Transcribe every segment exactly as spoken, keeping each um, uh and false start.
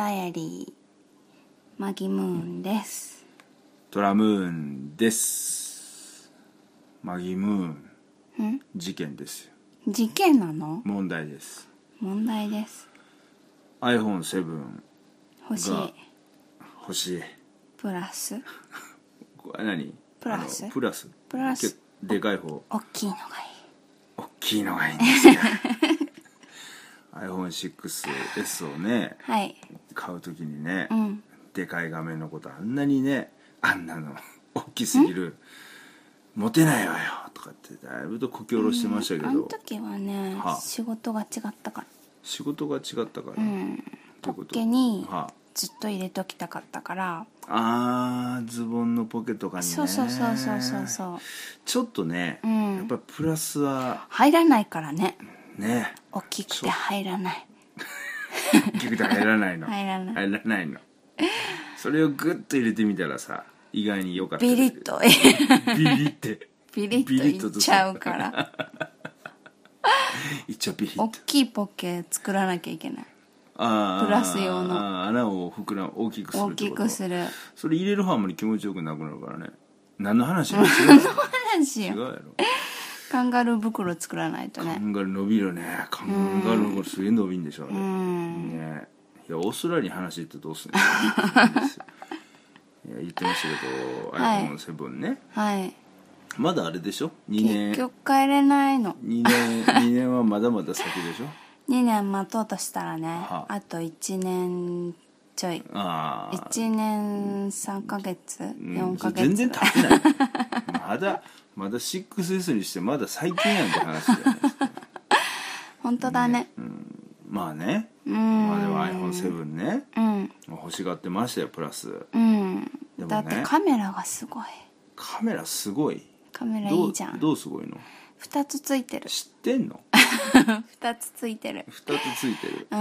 ダイアリーマギムーンです。 トラムーンです。マギムーン、 ん事件ですよ。 事件なの？ 問題です。 問題です。 アイフォーンセブン欲しい。 欲しいプラスこれ何プラスプラスプラスでかい方、 大きいのがいい。 大きいのがいいんですよアイフォーンシックスエス をね、 はい、 買うときにね、 うん、でかい画面のことあんなにね、あんなの大きすぎる持てないわよとかってだいぶとこき下ろしてましたけど、 うん、あの時はね、 はあ、 仕事が違ったから。 仕事が違ったから、うん、 ポッケにはあ、 ずっと入れときたかったから。 あー、ズボンのポケとかにね。 そうそうそうそうそうそう。 ちょっとね、うん、やっぱプラスは入らないからね。 ね、 大きくて入らない。 大きくて入らないの。 入らない。 入らないの。それをグッと入れてみたらさ、意外に良かった。 ビリッと。 ビリってビリッといっちゃうから。 一応ビリッと。 大きいポケ作らなきゃいけない。 あプラス用の穴を膨ら大きくするってこと。 大きくする。 それ入れる方あんまり気持ちよくなくなるからね。何の話？違う何の話よ。 違うやろ。 カンガルー袋作らないとね。 カンガルー伸びるね。カンガルー袋すげえ伸びんでしょあれ。 うんね。いやオーストラリアに話ってどうすんの？いや言ってましたけど、アイフォーンセブン ね。 はい。 まだあれでしょ？にねん。 結局帰れないの。 にねんにねんはまだまだ先でしょ？ にねん待とうとしたらね、 はあといちねんちょい。 ああ。 いちねんさんかげつ、よんかげつ。 全然経ってない。まだまだ シックスエス にしてまだ最近やんって話じゃないですか。 本当だね。 ね、うん、まあね。 うん。 まあでも アイフォーンセブン ね。 うん。 欲しがってましたよプラス。 うん。 ね、 だってカメラがすごい。 カメラすごい。 カメラいいじゃん。 どう、どうすごいの？ ふたつついてる。 知ってんの？ ふたつついてる。 ふたつついてる。うん。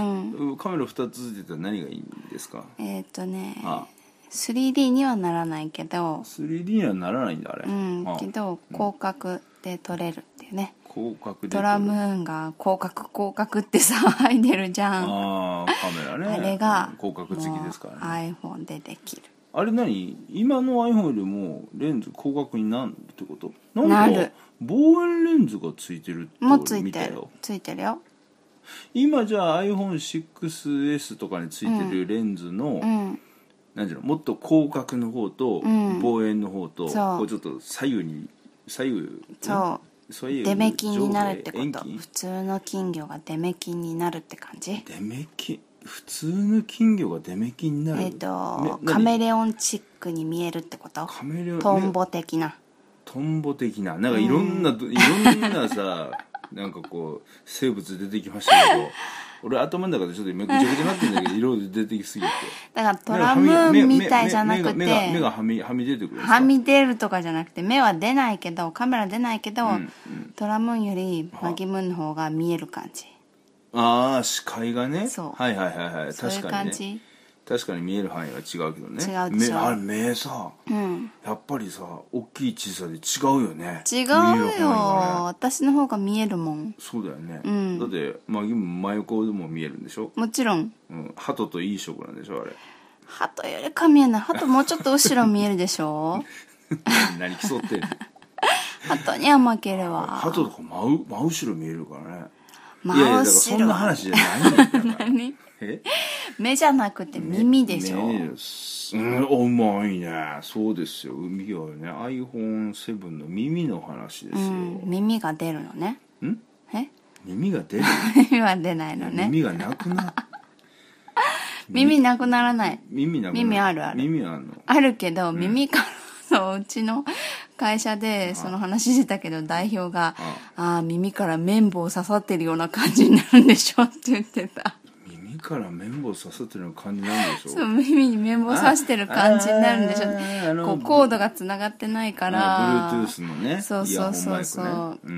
カメラふたつついてたら何がいいんですか？ えっとね、 ああ、 スリーディー にはならないけど。 スリーディー にはならないんだあれ。 うん。 ああけど広角で撮れるっていうね。 広角で。 トラムーンが広角広角ってさ入ってるじゃん。 ああ、カメラね。 あれが広角付きですからね。iPhone でできる。 あれ何？今の iPhone よりもレンズ広角になるってこと？なんかなる。 望遠レンズがついてるってもうつい見たよ。 てる。ついてるよ。 今じゃあ アイフォーンシックスエス とかについてるレンズの、うん、なんていうの、もっと広角の方と望遠の方と、うん、こうちょっと左右に左右そう。 そういうデメキンになるってこと。普通の金魚がデメキンになるって感じ。 デメキン、普通の金魚がデメキンになる。 えっとカメレオンチックに見えるってこと。 カメレオン、 トンボ的な。 トンボ的な、なんかいろんな、うん、いろんなさなんかこう生物出てきましたけど俺頭の中でちょっと今ぐちゃぐちゃになってるんだけど色で出てきすぎて、 だからトラムーンみたいじゃなくて目が目がはみはみ出てくるんですか？ はみ出るとかじゃなくて、目は出ないけどカメラ出ないけど、うんうん、トラムーンよりマギムーンの方が見える感じ。 ああ、視界がね。 そう、 はいはいはいはい、 そういう感じ、 ね、確かに見える範囲が違うけどね。 違うでしょ。 目、あれ目さ、うん、やっぱりさ大きい小さで違うよね。 違うよ、ね、私の方が見えるもん。 そうだよね、 うん、 だってマギム真横でも見えるんでしょ。もちろん、 うん、鳩といい勝負なんでしょあれ。 鳩よりか見えない。鳩もうちょっと後ろ見えるでしょ何競ってんの鳩には負けるわ。 鳩とか真, 真後ろ見えるからね。 真後ろ。いやいや、だからそんな話じゃないんだから何？え？目じゃなくて耳でしょ。 うん、おうまいね。そうですよ。海はね アイフォーンセブン の耳の話ですよ、うん、 耳が出るのね。 ん？ え？ 耳が出る？ 耳は出ないのね。 耳がなくな耳なくならない。 耳なくなる。 耳あるある。 耳あるの？ あるけど、うん、耳からそう、うちの会社でその話してたけど、代表がああ耳から綿棒刺さってるような感じになるんでしょって言ってた。 耳から綿棒刺さってるような感じなんでしょ。 そう、耳に綿棒刺してる感じになるんでしょ。こうコードがつながってないから。 Bluetooth のね。 そうそうそうそう。 ね、うん、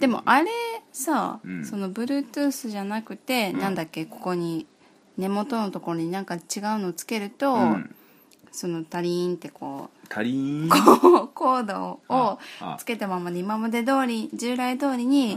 でもあれさ、 うん、 その Bluetooth じゃなくて、うん、なんだっけ、ここに根元のところになんか違うのつけると、うん、そのタリーンってこうタリーンコードをつけたままに今まで通り従来通りに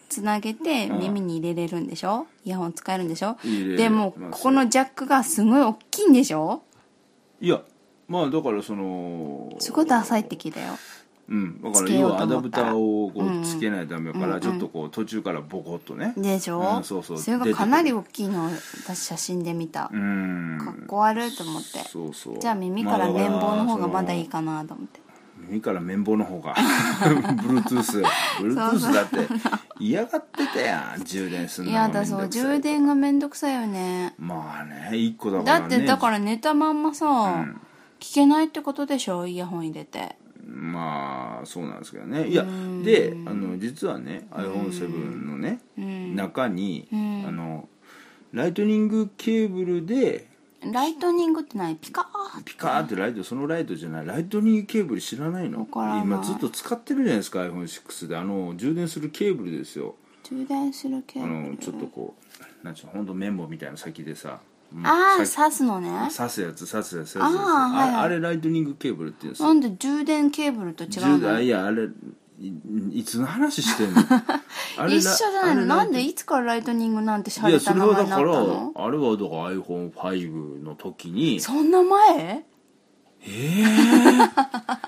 つなげて耳に入れれるんでしょ、イヤホン使えるんでしょ。 入れれでもここのジャックがすごい大きいんでしょ。 いやまあだからそのすごいダサいって聞いたよ。 うん、だから要はアダプターをこうつけないためから、うん、ちょっとこう途中からボコッとねでしょ、 うん、そうそう、 それがかなり大きいのを私写真で見た。うんかっこ悪いと思って。そうそう、じゃあ耳から綿棒の方がまだいいかなと思って、 まあ、耳から綿棒の方がBluetooth Bluetooth だって嫌がってたやん、充電するのがめんどくさい。いやだ、そう充電がめんどくさいよね。 まあね、いっこだからね。 だってだから寝たまんまさ、うん、聞けないってことでしょ、イヤホン入れて。 まあそうなんですけどね。いやであの実はね アイフォンセブン のね中にあのライトニングケーブルで、 ライトニングって何？ピカーピカーってライト、そのライトじゃない、ライトニングケーブル知らないの？今ずっと使ってるじゃないですか アイフォンシックス で、あの充電するケーブルですよ。 充電するケーブル、 あのちょっとこうなんちゅうの、ほんと綿棒みたいな先でさ、 ああ刺すのね、 刺すやつ刺すやつ刺すやつ、あ、はいはい、あ, あれライトニングケーブルっていうんですよ。 なんで充電ケーブルと違うの？ いやあれ い, いつの話してんのあれ一緒じゃないの？なんでいつからライトニングなんてしゃれた名前になったの？いやそれはだからあれはだから アイフォンファイブ の時に。 そんな前？ えー、あ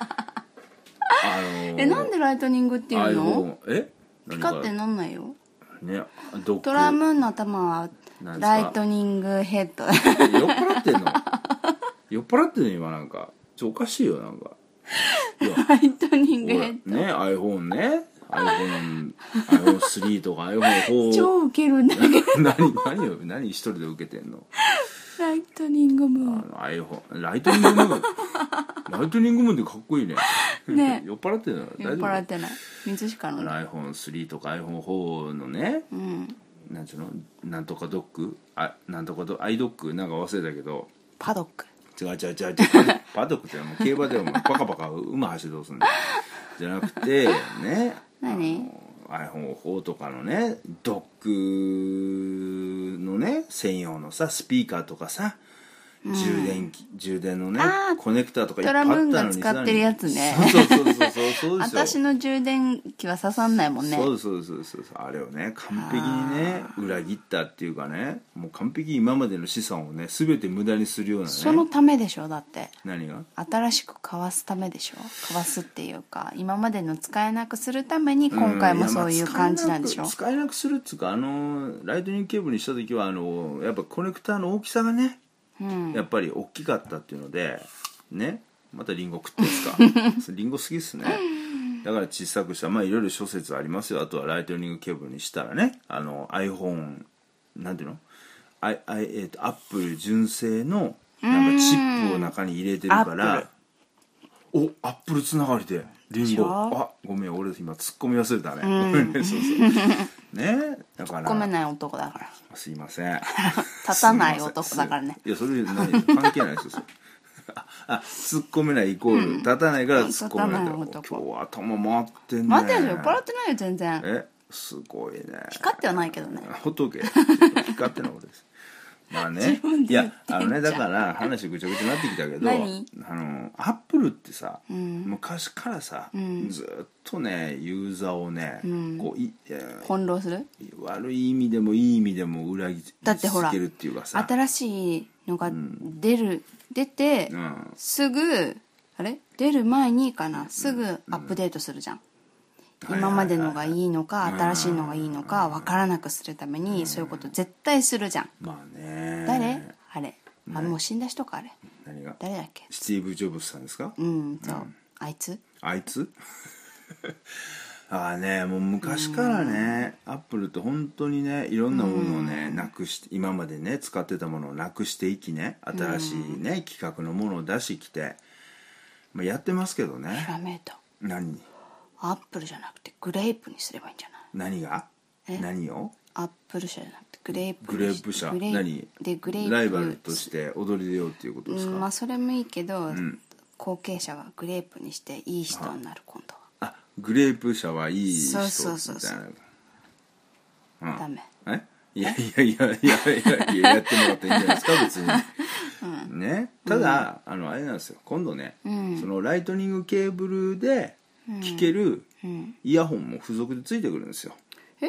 のー、えなんでライトニングっていうの？ えピカってなんないよね。 トラムーンの頭はライトニングヘッド酔っ払ってんの酔っ払ってんの今なんかちょおかしいよなんかライトニングヘッドね iPhone ね アイフォン アイフォンスリー とか アイフォンフォー超ウケるんだけど何何よ何一人で受けてんの。 ライトニングムーン、 あの iPhone ライトニングムーンライトニングムーンってかっこいいね。ね酔っ払ってんの？ 酔っ払ってない、水しか飲んで。 アイフォンスリー とか アイフォンフォー のね、うん、なんちゅうの、なんとかドック、あ、なんとかドアイドックなんか忘れたけど、 パドック、 違う違う違う違うパドックってもう競馬ではもうバカバカ馬走りどうすんのじゃなくてね、 何アイフォンフォー とかのねドックのね専用のさスピーカーとかさ、うん、充電器充電のねコネクターとかいっぱいあったのに、トラムーンが使ってるやつね。 そうそうそうそうそうですよ。 私の充電器は刺さんないもんね。 そうそうそうそう、あれをね完璧にね裏切ったっていうかね、もう完璧に今までの資産をね全て無駄にするようなね。 そのためでしょ。だって何が新しくかわすためでしょ。かわすっていうか今までの使えなくするために今回もそういう感じなんでしょ。 うん、使えなくするっていうか、あのライトニングケーブルにした時はあのやっぱコネクターの大きさがね、うん、やっぱり大きかったっていうのでね、またリンゴ食ってんすかリンゴ好きっすね。だから小さくした、まあいろいろ諸説ありますよ。あとはライトニングケーブルにしたらね、あの iPhone なんていうの、アイアイえーとアップル純正のなんかチップを中に入れてるから、おアップルつながりでリンゴ、あごめん俺今突っ込み忘れたね。ごめんね、そうそうね、だから突っ込めない男だから。 すいません。 立たない男だからね。 いやそれ何関係ないですよ。ああ突っ込めないイコール、うん、立たないから突っ込めないと、うん、今日は頭回ってんね。 待ってるよ、酔っ払ってないよ全然。 えすごいね。 光ってはないけどね。 ほっとけ光ってないことです。まあね、いやあのねだから話ぐちゃぐちゃになってきたけど、あのアップルってさ、うん、昔からさ、うん、ずっとねユーザーをね、うん、こうい翻弄する、 悪い意味でもいい意味でも裏切り続けるっていうかさ、 新しいのが出る、うん、出て、うん、すぐあれ出る前にかな、すぐアップデートするじゃん、うん今までのがいいのか新しいのがいいのか分からなくするためにそういうこと絶対するじゃん。 まあね。 誰あれあもう死んだ人かあれ。 何が誰だっけ。 スティーブ・ジョブズさんですか。 うんそう、うん、あいつあいつああねもう昔からねアップルって本当にねいろんなものをねなくして今までね使ってたものをなくしていきね新しいね企画のものを出してきて、まあ、やってますけどね。 ひらめいた。 何アップルじゃなくてグレープにすればいいんじゃない。 何が何をアップル社じゃなくてグレープグレープ社何でグレープライバルとして踊り出ようっていうことですか。 うん、まあそれもいいけど、うん、後継者はグレープにしていい人になる今度は。 あグレープ社はいい人みたいな。 そうそうそうそう、うん、ダメえいやいやいやいやいやいややってもらっていいんじゃないですか別に、うん、ねただ、うん、あのあれなんですよ今度ね、うん、そのライトニングケーブルで聴けるイヤホンも付属でついてくるんですよ。 え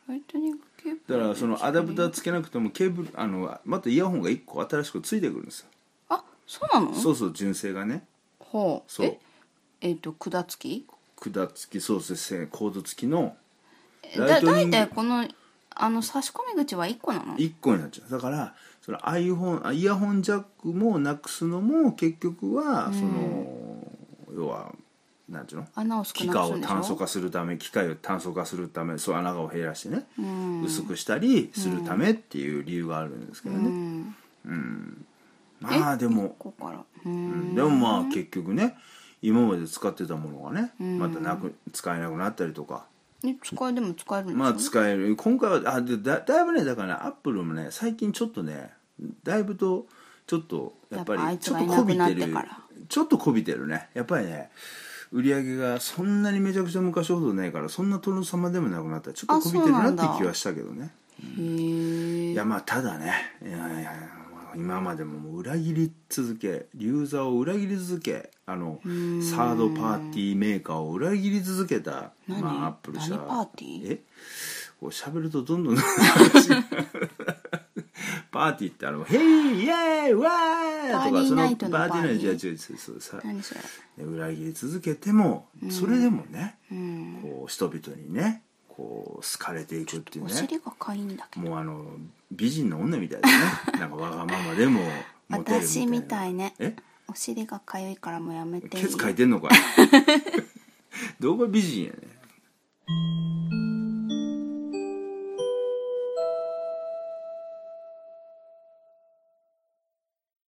ライトニングケーブルだからそのアダプターつけなくてもケーブルあのまたイヤホンがいっこ新しくついてくるんですよ。 あ、そうなの？ そうそう、純正がね。 ほう。 そうええー、と管付き管付き、そうですね、コード付きのだだいたいこのあの差し込み口はいっこなの？ いっこになっちゃう。だからその iPhone イヤホンジャックもなくすのも結局はその、うん、要はなんていうの、 穴を少なくするんでしょ？ 機械を炭素化するため機械を炭素化するため、そう穴を減らしてね、うん、薄くしたりするためっていう理由があるんですけどね。うん、うん、まあでも、うん、でもまあ結局ね、今まで使ってたものがね、またなく使えなくなったりとか。 使えでも使えるんですよ。 まあ使える。今回はあで だ, だいぶね、だからね、アップルもね最近ちょっとねだいぶとちょっとやっぱりちょっとこびてる、ちょっとこびてるね。やっぱりね、売り上げがそんなにめちゃくちゃ昔ほどないから、そんな殿様でもなくなったらちょっとこびてるなっていう気はしたけどね。うん、へえ。いやまあただね、いやいやいや今までももう裏切り続け、ユーザーを裏切り続け、あのサードパーティーメーカーを裏切り続けた、 何、まあ、アップル社。何パーティー？ え、こう喋るとどんどんパーティーってあのヘイイエーイワーとか、そのパーティーナイトの違う違うそうさ、何それ、裏切り続けても、それでもね、こう人々にねこう好かれていくっていうね。 お尻がかいんだけど、 もうあの美人の女みたいですね。なんかわがままでもモテるみたいな。 私みたいね。 え？ お尻がかゆいからもうやめていい？ ケツかいてんのかい。どこが美人やねん。